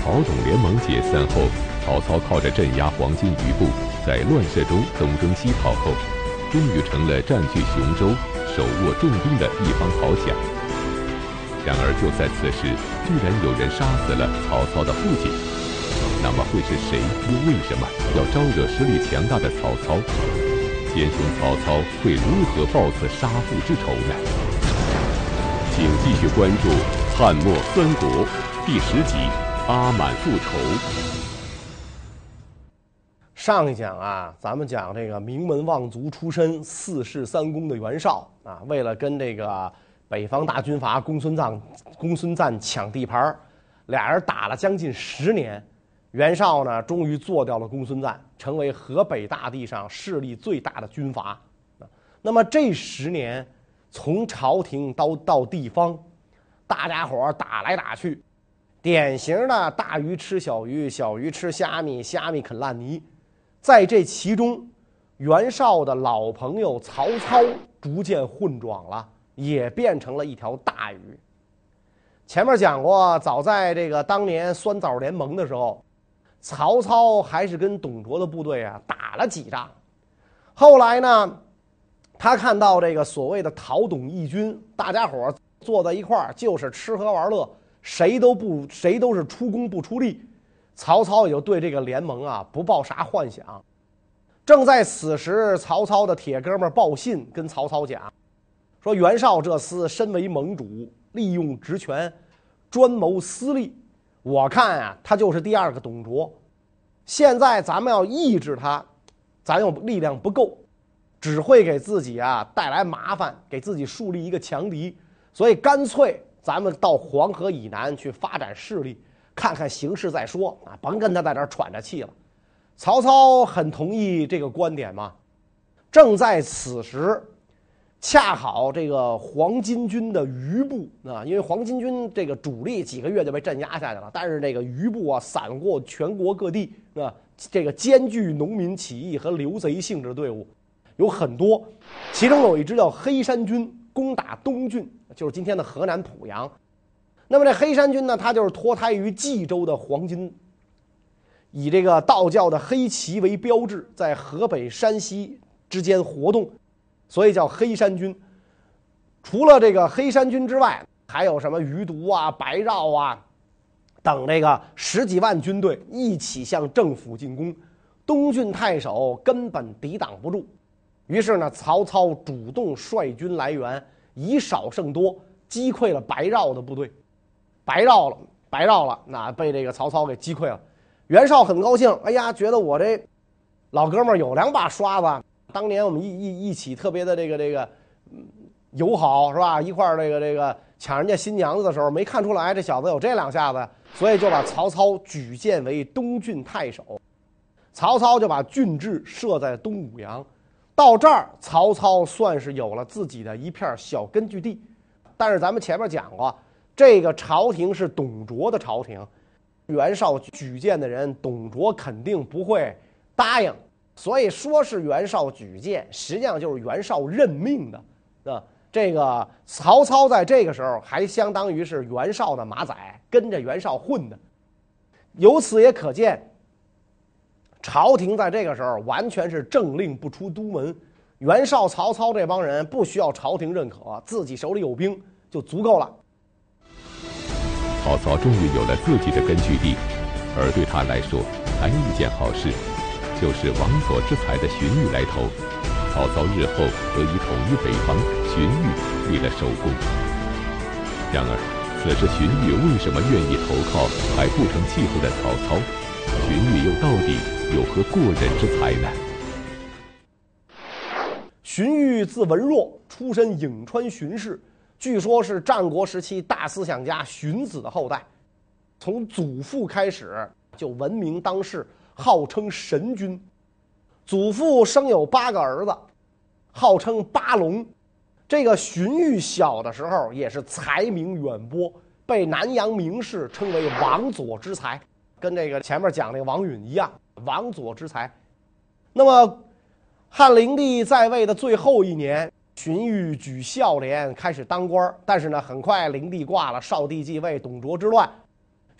曹董联盟解散后，曹操靠着镇压黄巾余部，在乱世中东征西讨后，终于成了占据雄州、手握重兵的一方豪强。然而就在此时，居然有人杀死了曹操的父亲。那么会是谁？又为什么要招惹实力强大的曹操？奸雄曹操会如何报此杀父之仇呢？请继续关注《汉末三国》第10集《阿满复仇》。 上一讲啊，咱们讲这个名门望族出身、四世三公的袁绍啊，为了跟这个北方大军阀公孙瓒抢地盘，俩人打了将近10年。袁绍呢，终于做掉了公孙瓒，成为河北大地上势力最大的军阀。那么这10年，从朝廷到地方，大家伙打来打去，典型的大鱼吃小鱼，小鱼吃虾米，虾米啃烂泥。在这其中，袁绍的老朋友曹操逐渐混壮了，也变成了一条大鱼。前面讲过，早在这个当年酸枣联盟的时候，曹操还是跟董卓的部队啊打了几仗。后来呢，他看到这个所谓的讨董义军，大家伙坐在一块儿就是吃喝玩乐，谁都是出工不出力。曹操也就对这个联盟啊不抱啥幻想。正在此时，曹操的铁哥们报信跟曹操讲，说袁绍这厮身为盟主，利用职权，专谋私利。我看啊，他就是第2个董卓。现在咱们要抑制他，咱又力量不够，只会给自己啊带来麻烦，给自己树立一个强敌。所以干脆咱们到黄河以南去发展势力，看看形势再说啊，甭跟他在这儿喘着气了。曹操很同意这个观点嘛。正在此时，恰好这个黄巾军的余部啊，因为黄巾军这个主力几个月就被镇压下去了，但是这个余部啊散过全国各地啊，这个兼具农民起义和流贼性质的队伍有很多，其中有一支叫黑山军，攻打东郡，就是今天的河南濮阳。那么这黑山军呢，它就是脱胎于冀州的黄巾，以这个道教的黑旗为标志，在河北、山西之间活动，所以叫黑山军。除了这个黑山军之外，还有什么余毒啊、白绕啊等这个10几万军队一起向政府进攻，东郡太守根本抵挡不住。于是呢，曹操主动率军来援，以少胜多，击溃了白绕的部队。白绕了，那被这个曹操给击溃了。袁绍很高兴，哎呀，觉得我这老哥们有2把刷子，当年我们一起特别的这个友好，是吧？一块儿这个抢人家新娘子的时候，没看出来这小子有这2下子，所以就把曹操举荐为东郡太守。曹操就把郡治设在东武阳。到这儿，曹操算是有了自己的一片小根据地。但是咱们前面讲过，这个朝廷是董卓的朝廷，袁绍举荐的人，董卓肯定不会答应。所以说是袁绍举荐，实际上就是袁绍任命的。这个曹操在这个时候还相当于是袁绍的马仔，跟着袁绍混的。由此也可见，朝廷在这个时候完全是政令不出都门。袁绍、曹操这帮人不需要朝廷认可，自己手里有兵就足够了。 曹操终于有了自己的根据地，而对他来说，还有一件好事，就是王佐之才的荀彧来投。曹操日后得以统一北方，荀彧立了首功。然而，此时荀彧为什么愿意投靠还不成气候的曹操？荀彧又到底有何过人之才呢？ 荀彧字文若，出身颍川荀氏，据说是战国时期大思想家荀子的后代。从祖父开始就闻名当世，号称神君。祖父生有8个儿子，号称8龙。这个荀彧小的时候也是才名远播，被南阳名士称为王佐之才，跟这个前面讲那个王允一样，王佐之才。那么汉灵帝在位的最后1年，荀彧举孝廉开始当官，但是呢，很快灵帝挂了，少帝继位，董卓之乱，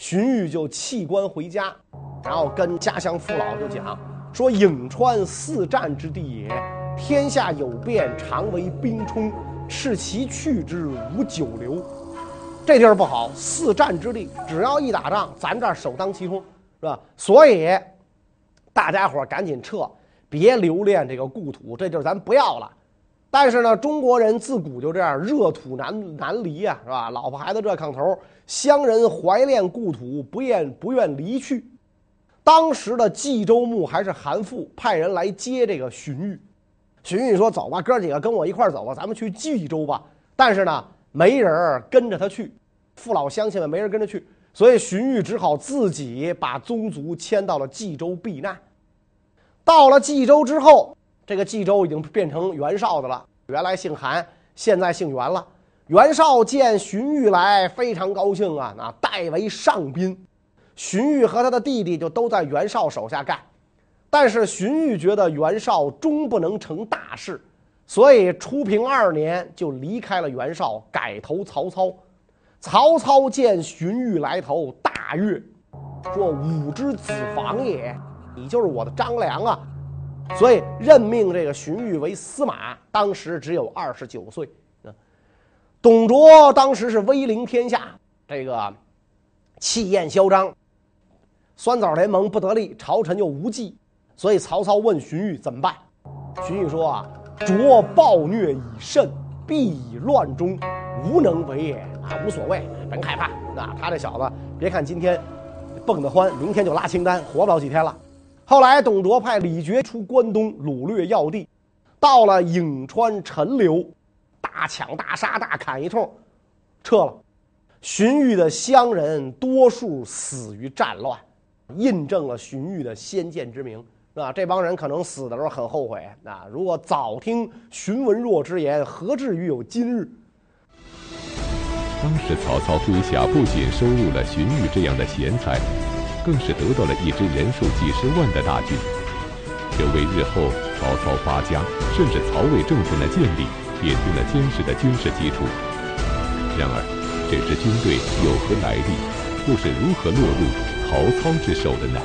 荀彧就弃官回家，然后跟家乡父老就讲说：“颍川四战之地也，天下有变，常为兵冲，斥其去之，无久留。这地儿不好，四战之地，只要一打仗，咱这儿首当其冲，是吧？所以大家伙赶紧撤，别留恋这个故土，这地儿咱不要了。但是呢，中国人自古就这样，热土难离啊，是吧？老婆孩子热炕头，乡人怀恋故土，不愿离去。当时的冀州牧还是韩馥，派人来接这个荀彧。荀彧说：“走吧，哥几个跟我一块走吧，咱们去冀州吧。”但是呢，没人跟着他去，父老乡亲们没人跟着去，所以荀彧只好自己把宗族迁到了冀州避难。到了冀州之后，这个冀州已经变成袁绍的了，原来姓韩，现在姓袁了。袁绍见荀彧来，非常高兴啊，代为上宾。荀彧和他的弟弟就都在袁绍手下干，但是荀彧觉得袁绍终不能成大事，所以初平2年就离开了袁绍，改投曹操。曹操见荀彧来投，大悦，说：“吾之子房也，你就是我的张良啊！”所以任命这个荀彧为司马，当时只有29岁。董卓当时是威临天下，这个气焰嚣张，酸枣联盟不得力，朝臣又无计，所以曹操问荀彧怎么办。荀彧说：“啊，卓暴虐已甚，必以乱中，无能为也啊，无所谓，甭害怕。那他这小子，别看今天蹦得欢，明天就拉清单，活不了几天了。”后来董卓派李傕出关东，掳掠要地，到了颍川陈留，大抢大杀大砍一通，撤了。荀彧的乡人多数死于战乱，印证了荀彧的先见之明。这帮人可能死的时候很后悔，如果早听荀文若之言，何至于有今日。 当时曹操麾下不仅收入了荀彧这样的贤才，更是得到了一支人数几十万的大军，这为日后曹操发家甚至曹魏政权的建立奠定了坚实的军事基础。然而这支军队有何来历，又是如何落入曹操之手的呢？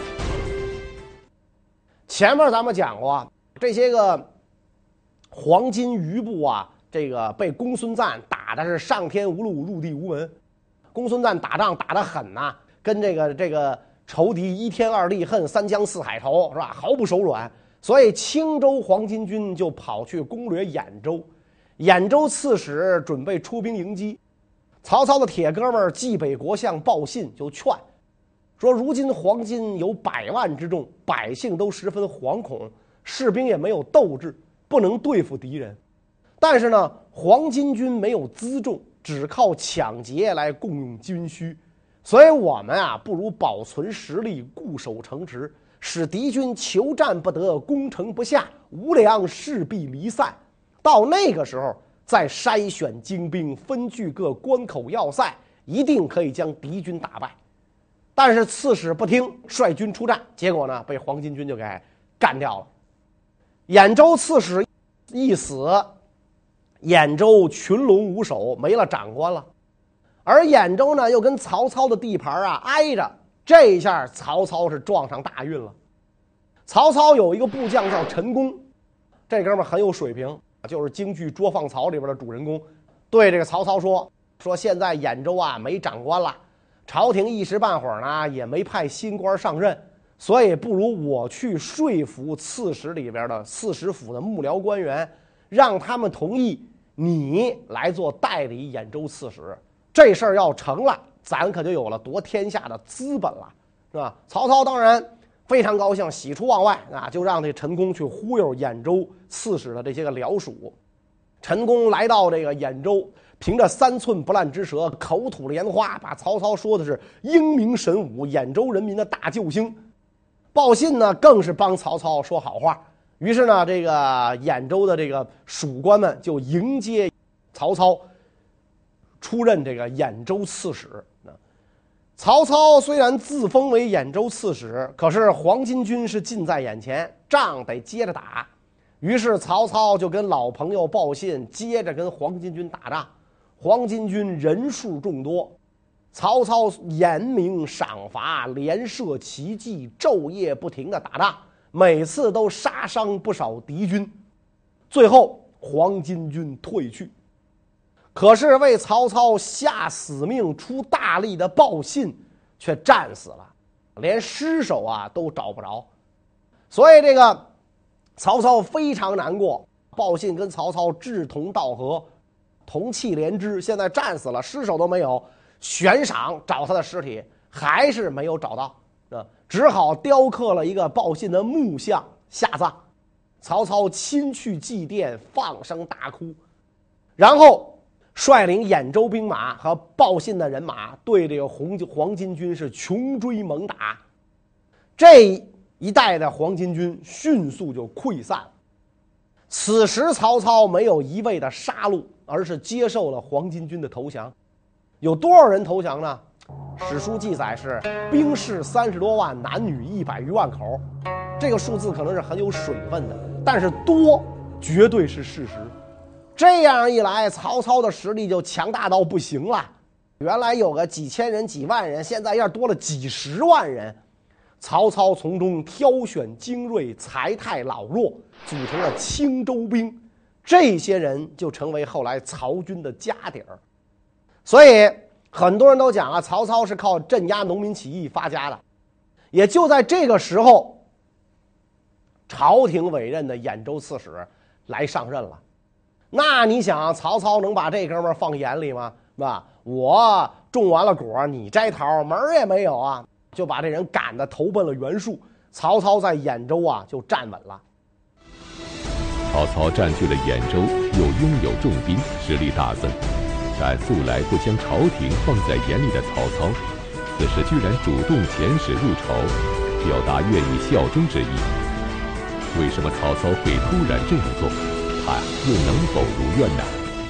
前面咱们讲过，这些个黄巾余部啊，这个被公孙瓒打的是上天无路，入地无门。公孙瓒打仗打得狠呐，跟这个仇敌一天二地恨，三江四海仇，是吧？毫不手软。所以青州黄巾军就跑去攻略兖州，兖州刺史准备出兵迎击。曹操的铁哥们冀北国相鲍信就劝说：如今黄巾有100万之众，百姓都十分惶恐，士兵也没有斗志，不能对付敌人。但是呢，黄巾军没有辎重，只靠抢劫来供用军需，所以我们不如保存实力，固守城池，使敌军求战不得，攻城不下，无粮势必离散。到那个时候再筛选精兵，分据各关口要塞，一定可以将敌军打败。但是刺史不听，率军出战，结果呢，被黄巾军就给干掉了。兖州刺史一死，兖州群龙无首，没了长官了。而兖州呢，又跟曹操的地盘挨着，这一下曹操是撞上大运了。曹操有一个部将叫陈宫，这哥们很有水平，就是京剧《捉放曹》里边的主人公。对这个曹操说现在兖州没长官了，朝廷一时半会儿呢也没派新官上任，所以不如我去说服刺史里边的刺史府的幕僚官员，让他们同意你来做代理兖州刺史。这事儿要成了，咱可就有了夺天下的资本了，是吧？曹操当然非常高兴，喜出望外就让这陈宫去忽悠兖州刺史的这些个僚属。陈宫来到这个兖州，凭着3寸不烂之舌，口吐莲花，把曹操说的是英明神武，兖州人民的大救星。鲍信呢，更是帮曹操说好话。于是呢，这个兖州的这个属官们就迎接曹操出任这个兖州刺史。曹操虽然自封为兖州刺史，可是黄巾军是近在眼前，仗得接着打。于是曹操就跟老朋友鲍信接着跟黄巾军打仗。黄巾军人数众多， 曹操严明赏罚，连设奇计，昼夜不停的打仗，每次都杀伤不少敌军。最后黄巾军退去，可是为曹操下死命出大力的鲍信却战死了，连尸首都找不着。所以这个曹操非常难过。鲍信跟曹操志同道合，同气连枝，现在战死了，尸首都没有，悬赏找他的尸体还是没有找到，只好雕刻了一个鲍信的木像下葬。曹操亲去祭奠，放声大哭，然后率领兖州兵马和鲍信的人马对这个黄巾军是穷追猛打。这一带的黄巾军迅速就溃散了。此时曹操没有一味的杀戮，而是接受了黄巾军的投降。有多少人投降呢？史书记载是兵士30多万，男女100余万口。这个数字可能是很有水分的，但是多绝对是事实。这样一来，曹操的实力就强大到不行了。原来有个几千人几万人，现在要多了几十万人。曹操从中挑选精锐，才太老弱，组成了青州兵。这些人就成为后来曹军的家底儿。所以很多人都讲曹操是靠镇压农民起义发家的。也就在这个时候，朝廷委任的兖州刺史来上任了。那你想，曹操能把这哥们放眼里吗？是吧？我种完了果，你摘桃，门儿也没有啊！就把这人赶得投奔了袁术。曹操在兖州就站稳了。 曹操占据了兖州，又拥有重兵，实力大增。但素来不将朝廷放在眼里的曹操，此时居然主动遣使入朝，表达愿意效忠之意。为什么曹操会突然这样做？他又能否如愿呢？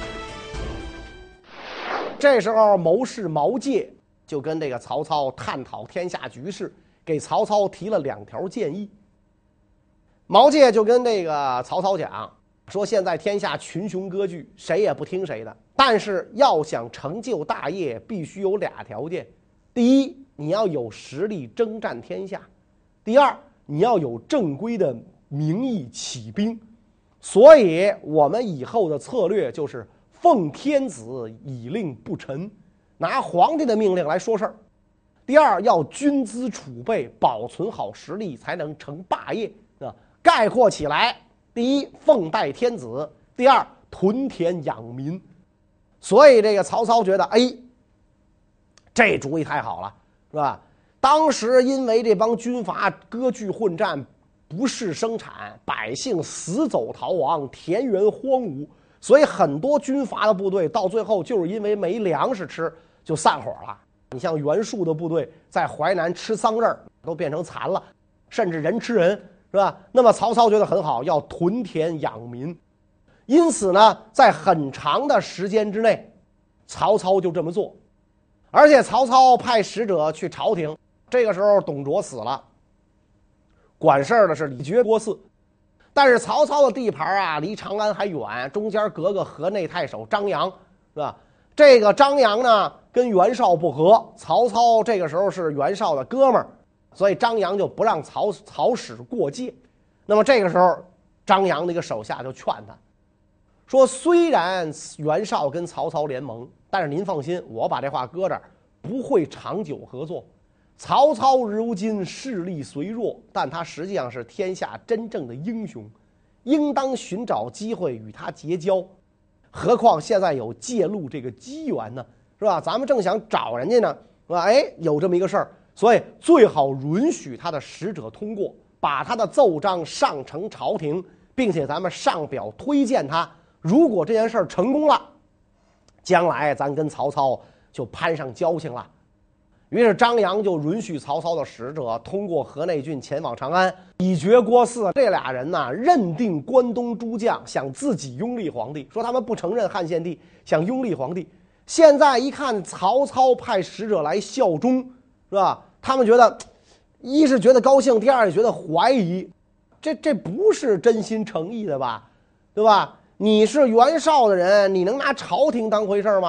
这时候谋士毛玠就跟这个曹操探讨天下局势，给曹操提了2条建议。毛玠就跟这个曹操讲说，现在天下群雄割据，谁也不听谁的，但是要想成就大业，必须有2条件。第一，你要有实力征战天下；第二，你要有正规的名义起兵。所以我们以后的策略就是奉天子以令不臣，拿皇帝的命令来说事儿。第二，要军资储备，保存好实力，才能成霸业。概括起来，第一，奉代天子；第二，屯田养民。所以这个曹操觉得，这主意太好了，是吧？当时因为这帮军阀割据混战，不事生产，百姓死走逃亡，田园荒芜，所以很多军阀的部队到最后就是因为没粮食吃就散伙了。你像袁术的部队在淮南吃桑葚都变成蚕了，甚至人吃人，是吧？那么曹操觉得很好，要屯田养民。因此呢，在很长的时间之内，曹操就这么做。而且曹操派使者去朝廷，这个时候董卓死了，管事儿的是李傕郭汜。但是曹操的地盘离长安还远，中间隔个河内太守张扬，是吧？这个张扬呢跟袁绍不和，曹操这个时候是袁绍的哥们儿，所以张扬就不让曹使过界。那么这个时候张扬那个手下就劝他说，虽然袁绍跟曹操联盟，但是您放心，我把这话搁这儿，不会长久合作。曹操如今势力虽弱，但他实际上是天下真正的英雄，应当寻找机会与他结交。何况现在有借路这个机缘呢，是吧？咱们正想找人家呢，是吧？有这么一个事儿，所以最好允许他的使者通过，把他的奏章上呈朝廷，并且咱们上表推荐他。如果这件事儿成功了，将来咱跟曹操就攀上交情了。于是张扬就允许曹操的使者通过河内郡前往长安。李傕郭汜这俩人呢，认定关东诸将想自己拥立皇帝，说他们不承认汉献帝，想拥立皇帝。现在一看曹操派使者来效忠，是吧？他们觉得，一是觉得高兴，第二也觉得怀疑，这不是真心诚意的吧，对吧？你是袁绍的人，你能拿朝廷当回事吗？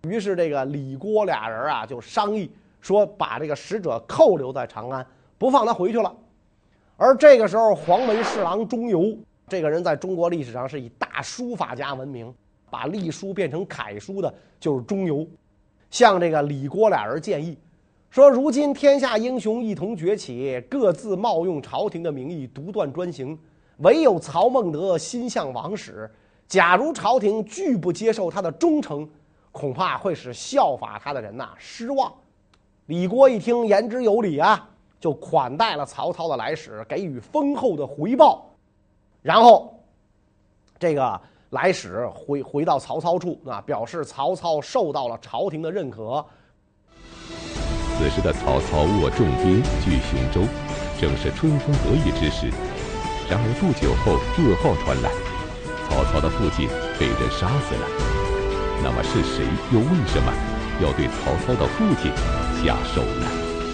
于是这个李郭俩人啊就商议说，把这个使者扣留在长安，不放他回去了。而这个时候，黄门侍郎钟繇这个人在中国历史上是以大书法家闻名，把隶书变成楷书的就是钟繇，向这个李郭俩人建议说，如今天下英雄一同崛起，各自冒用朝廷的名义独断专行，唯有曹孟德心向王室，假如朝廷拒不接受他的忠诚，恐怕会使效法他的人失望。李郭一听言之有理啊，就款待了曹操的来使，给予丰厚的回报。然后这个来使回到曹操处表示曹操受到了朝廷的认可。 此时的曹操握重兵据雄州，正是春风得意之时。然而不久后，噩耗传来，曹操的父亲被人杀死了。那么是谁又为什么要对曹操的父亲下手呢？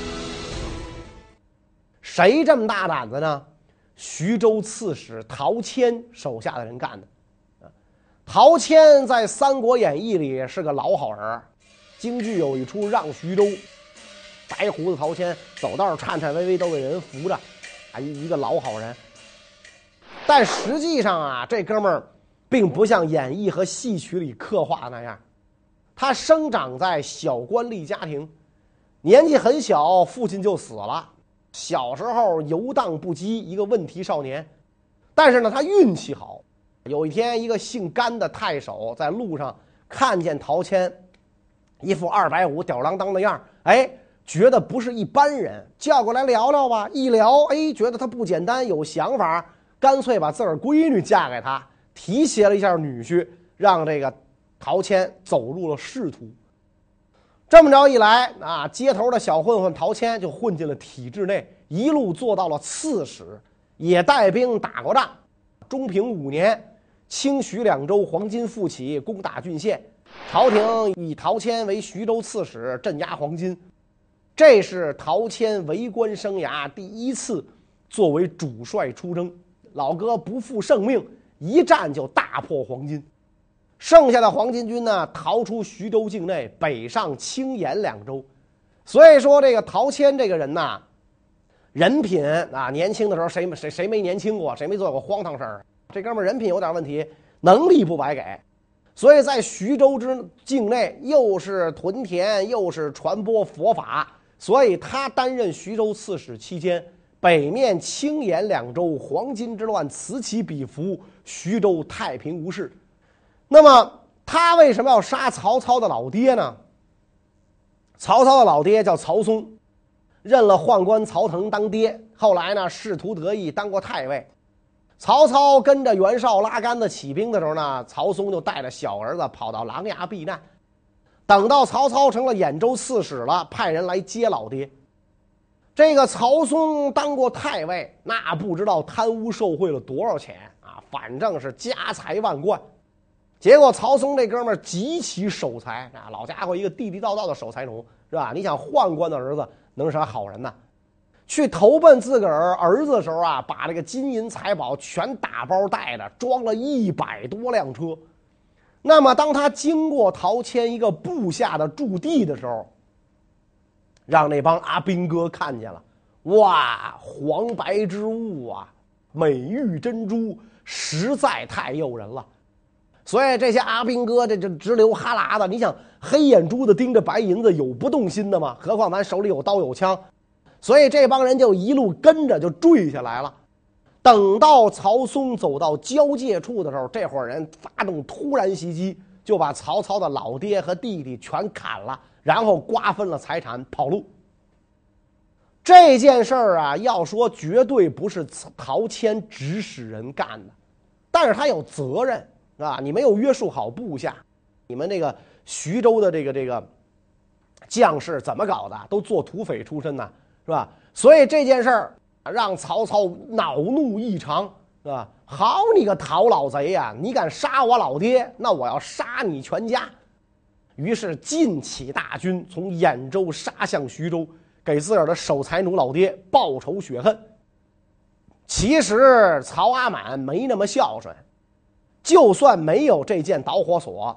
谁这么大胆子呢？徐州刺史陶谦手下的人干的。陶谦在《三国演义》里是个老好人，京剧有一出《让徐州》，白胡子陶谦走道颤颤巍巍都给人扶着，一个老好人。但实际上这哥们儿并不像演义和戏曲里刻画的那样，他生长在小官吏家庭，年纪很小父亲就死了，小时候游荡不羁，一个问题少年。但是呢，他运气好，有一天一个姓甘的太守在路上看见陶谦一副250吊儿郎当的样，觉得不是一般人，叫过来聊聊吧。一聊，觉得他不简单，有想法，干脆把自个儿闺女嫁给他，提携了一下女婿，让这个陶谦走入了仕途。这么着一来街头的小混混陶谦就混进了体制内，一路做到了刺史，也带兵打过仗。中平5年，清徐两州黄巾复起，攻打郡县，朝廷以陶谦为徐州刺史，镇压黄巾。这是陶谦为官生涯第一次作为主帅出征，老哥不负盛命，一战就大破黄巾。剩下的黄巾军呢，逃出徐州境内，北上青岩两州。所以说这个陶谦这个人呐，人品年轻的时候谁没年轻过，谁没做过荒唐事儿？这哥们人品有点问题，能力不白给。所以在徐州之境内，又是屯田，又是传播佛法，所以他担任徐州刺史期间，北面青岩两州黄巾之乱此起彼伏，徐州太平无事。那么他为什么要杀曹操的老爹呢？曹操的老爹叫曹嵩，认了宦官曹腾当爹，后来呢仕途得意，当过太尉。曹操跟着袁绍拉杆子起兵的时候呢，曹嵩就带着小儿子跑到琅琊避难。等到曹操成了兖州刺史了，派人来接老爹。这个曹嵩当过太尉，那不知道贪污受贿了多少钱反正是家财万贯。结果曹嵩这哥们儿极其守财老家伙一个地地道道的守财奴，是吧？你想宦官的儿子能是啥好人呢？去投奔自个儿儿子的时候把这个金银财宝全打包带着，装了100多辆车。那么当他经过陶谦一个部下的驻地的时候，让那帮阿兵哥看见了，哇，黄白之物美玉珍珠，实在太诱人了。所以这些阿兵哥这直流哈喇子。你想黑眼珠子盯着白银子，有不动心的吗？何况咱手里有刀有枪。所以这帮人就一路跟着就坠下来了。等到曹嵩走到交界处的时候，这伙人发动突然袭击，就把曹操的老爹和弟弟全砍了，然后瓜分了财产跑路。这件事儿要说绝对不是陶谦指使人干的，但是他有责任你没有约束好部下，你们这个徐州的这个将士怎么搞的？都做土匪出身呢，是吧？所以这件事儿让曹操恼怒异常，是吧？好你个陶老贼呀！你敢杀我老爹，那我要杀你全家。于是尽起大军，从兖州杀向徐州，给自个儿的守财奴老爹报仇雪恨。其实曹阿满没那么孝顺，就算没有这件导火索，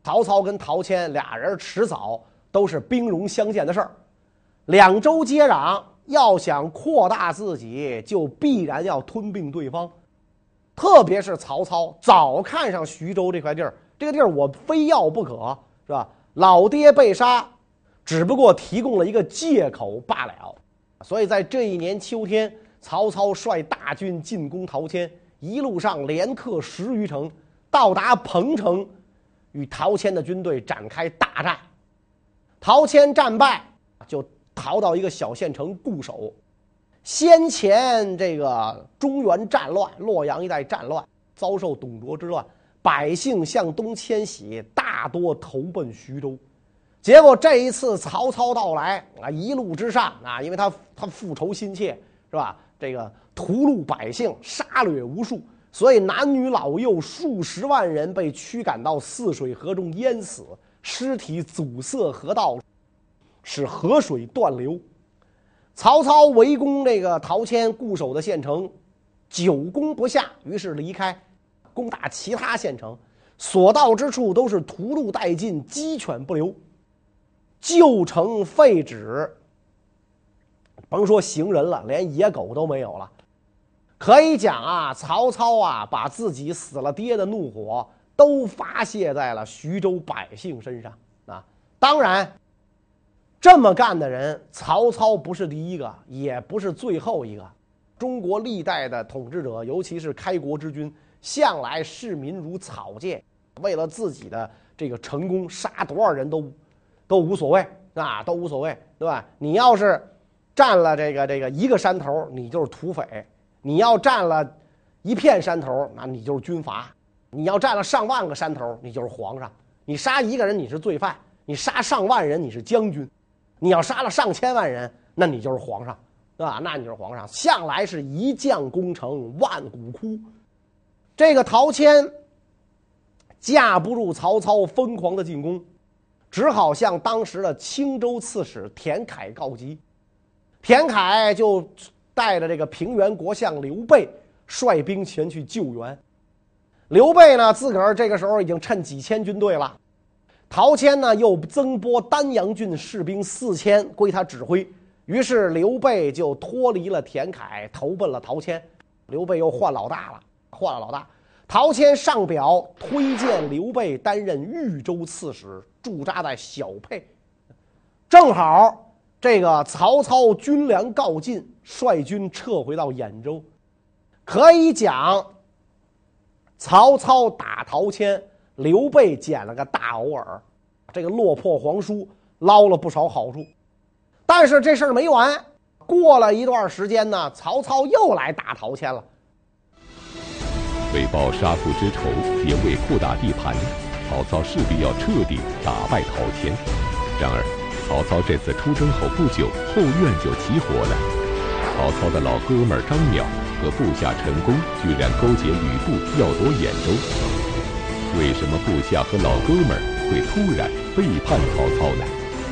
曹操跟陶谦俩人迟早都是兵戎相见的事儿，两州接壤，要想扩大自己，就必然要吞并对方。特别是曹操早看上徐州这块地儿，这个地儿我非要不可，是吧？老爹被杀，只不过提供了一个借口罢了。所以在这一年秋天，曹操率大军进攻陶谦，一路上连克10余城，到达彭城，与陶谦的军队展开大战。陶谦战败，就逃到一个小县城固守。先前这个中原战乱，洛阳一带战乱，遭受董卓之乱，百姓向东迁徙，大多投奔徐州。结果这一次曹操到来啊，一路之上啊，因为他复仇心切，是吧？这个屠戮百姓，杀掠无数，所以男女老幼数十万人被驱赶到泗水河中淹死，尸体阻塞河道，使河水断流。曹操围攻这个陶谦固守的县城，久攻不下，于是离开，攻打其他县城，所到之处都是屠戮殆尽，鸡犬不留，旧城废纸，甭说行人了，连野狗都没有了。可以讲啊，曹操啊，把自己死了爹的怒火都发泄在了徐州百姓身上啊。当然，这么干的人，曹操不是第一个，也不是最后一个。中国历代的统治者，尤其是开国之君，向来视民如草芥，为了自己的这个成功，杀多少人都无所谓啊，都无所谓，对吧？你要是占了这个一个山头，你就是土匪；你要占了一片山头，那你就是军阀；你要占了上万个山头，你就是皇上；你杀一个人，你是罪犯；你杀上万人，你是将军；你要杀了上千万人，那你就是皇上，对吧？那你就是皇上。向来是一将功成万骨枯。这个陶谦架不住曹操疯狂的进攻，只好向当时的青州刺史田楷告急。田楷就带着这个平原国相刘备率兵前去救援。刘备呢，自个儿这个时候已经趁几千军队了。陶谦呢，又增拨丹阳郡士兵4000归他指挥。于是刘备就脱离了田楷，投奔了陶谦。刘备又换老大了，换了老大。陶谦上表推荐刘备担任豫州刺史，驻扎在小沛。正好这个曹操军粮告尽，率军撤回到兖州。可以讲，曹操打陶谦，刘备捡了个大偶尔，这个落魄皇叔捞了不少好处。但是这事儿没完，过了一段时间呢，曹操又来打陶谦了。 为报杀父之仇，也为扩大地盘，曹操势必要彻底打败陶谦。然而，曹操这次出征后不久，后院就起火了。曹操的老哥们张邈和部下陈宫居然勾结吕布要夺兖州。为什么部下和老哥们会突然背叛曹操呢？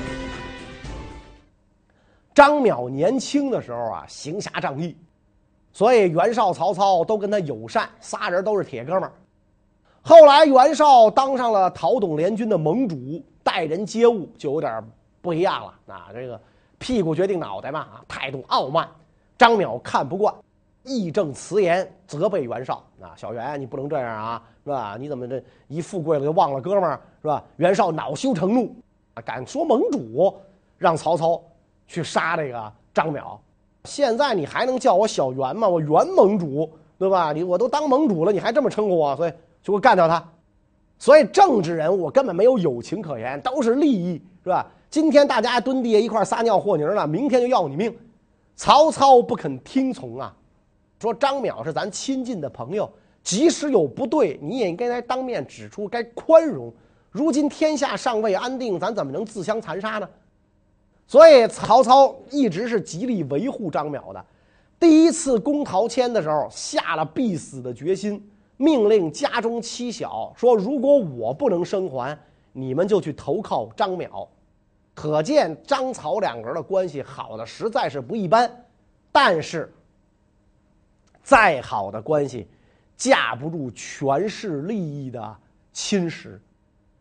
张邈年轻的时候啊，行侠仗义，所以袁绍、曹操都跟他友善，仨人都是铁哥们儿。后来袁绍当上了讨董联军的盟主，待人接物就有点不一样了啊，这个屁股决定脑袋嘛啊，态度傲慢。张邈看不惯，义正辞严责备袁绍啊，小袁你不能这样啊，是吧？你怎么这一富贵了就忘了哥们儿，是吧？袁绍恼羞成怒啊，敢说盟主，让曹操去杀这个张邈。现在你还能叫我小袁吗？我袁盟主，对吧？我都当盟主了，你还这么称呼我，所以就会干掉他。所以政治人物根本没有友情可言，都是利益，是吧？今天大家蹲地下一块撒尿和泥了，明天就要你命。曹操不肯听从啊，说张邈是咱亲近的朋友，即使有不对，你也应该来当面指出，该宽容。如今天下尚未安定，咱怎么能自相残杀呢？所以曹操一直是极力维护张邈的。第一次攻陶谦的时候，下了必死的决心，命令家中妻小说：如果我不能生还，你们就去投靠张邈。可见张曹两个人的关系好的实在是不一般。但是再好的关系架不住权势利益的侵蚀。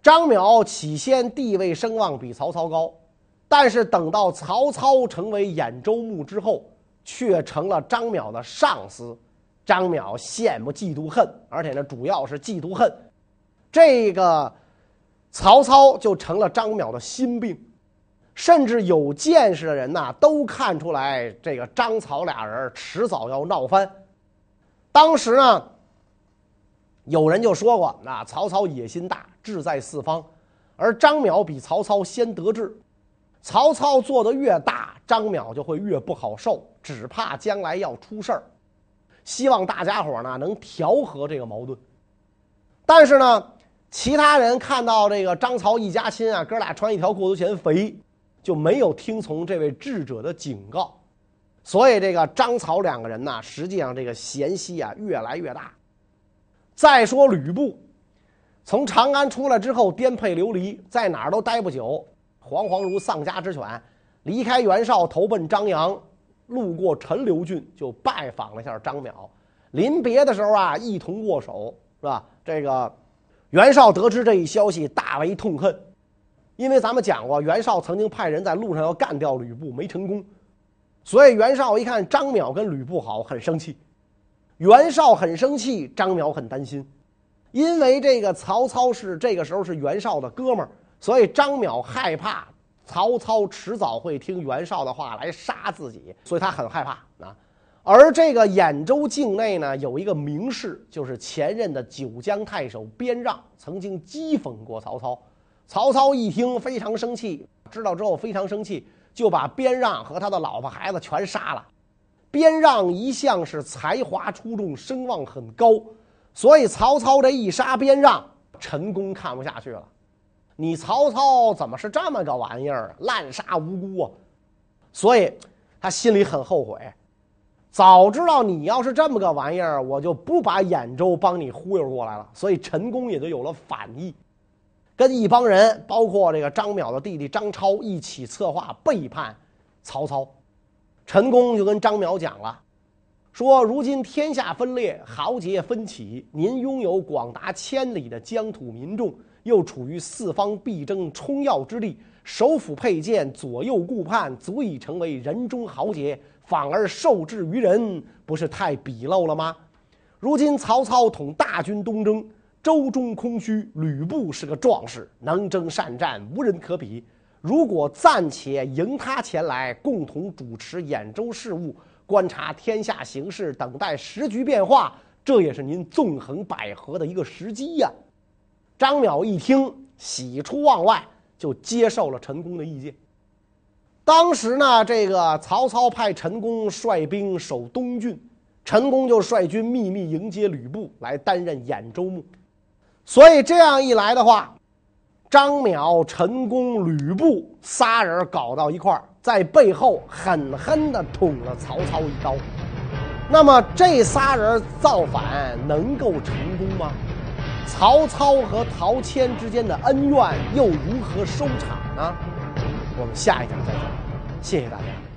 张邈起先地位声望比曹操高，但是等到曹操成为兖州牧之后，却成了张邈的上司。张邈羡慕嫉妒恨，而且呢，主要是嫉妒恨。这个曹操就成了张邈的心病，甚至有见识的人呐，都看出来这个张曹俩人迟早要闹翻。当时呢，有人就说过，那曹操野心大，志在四方，而张邈比曹操先得志。曹操做得越大，张邈就会越不好受，只怕将来要出事儿。希望大家伙呢能调和这个矛盾。但是呢，其他人看到这个张曹一家亲啊，哥俩穿一条过头钱肥，就没有听从这位智者的警告。所以这个张曹两个人呢，实际上这个嫌隙啊越来越大。再说吕布，从长安出来之后颠沛流离，在哪儿都待不久，惶惶如丧家之犬，离开袁绍投奔张扬，路过陈留郡就拜访了一下张邈。临别的时候啊，一同握手，是吧？这个袁绍得知这一消息，大为痛恨，因为咱们讲过，袁绍曾经派人在路上要干掉吕布，没成功，所以袁绍一看张邈跟吕布好，很生气。袁绍很生气，张邈很担心，因为这个曹操是这个时候是袁绍的哥们儿，所以张邈害怕曹操迟早会听袁绍的话来杀自己，所以他很害怕啊。而这个兖州境内呢，有一个名士，就是前任的九江太守边让，曾经讥讽过曹操。曹操一听非常生气，知道之后非常生气，就把边让和他的老婆孩子全杀了。边让一向是才华出众，声望很高，所以曹操这一杀边让，陈宫看不下去了。你曹操怎么是这么个玩意儿，滥杀无辜啊！所以他心里很后悔，早知道你要是这么个玩意儿，我就不把兖州帮你忽悠过来了。所以陈宫也就有了反意，跟一帮人，包括这个张邈的弟弟张超一起策划背叛曹操。陈宫就跟张邈讲了，说如今天下分裂，豪杰分起，您拥有广达千里的疆土民众，又处于四方必争冲要之地，手抚佩剑，左右顾盼，足以成为人中豪杰，反而受制于人，不是太鄙陋了吗？如今曹操统大军东征，州中空虚，吕布是个壮士，能征善战，无人可比。如果暂且迎他前来，共同主持兖州事务，观察天下形势，等待时局变化，这也是您纵横捭阖的一个时机呀。张邈一听，喜出望外，就接受了陈宫的意见。当时呢，这个曹操派陈宫率兵守东郡，陈宫就率军秘密迎接吕布来担任兖州牧。所以这样一来的话，张邈、陈宫、吕布仨人搞到一块儿，在背后狠狠地捅了曹操一刀。那么这仨人造反能够成功吗？曹操和陶谦之间的恩怨又如何收场呢？我们下一讲再讲，谢谢大家。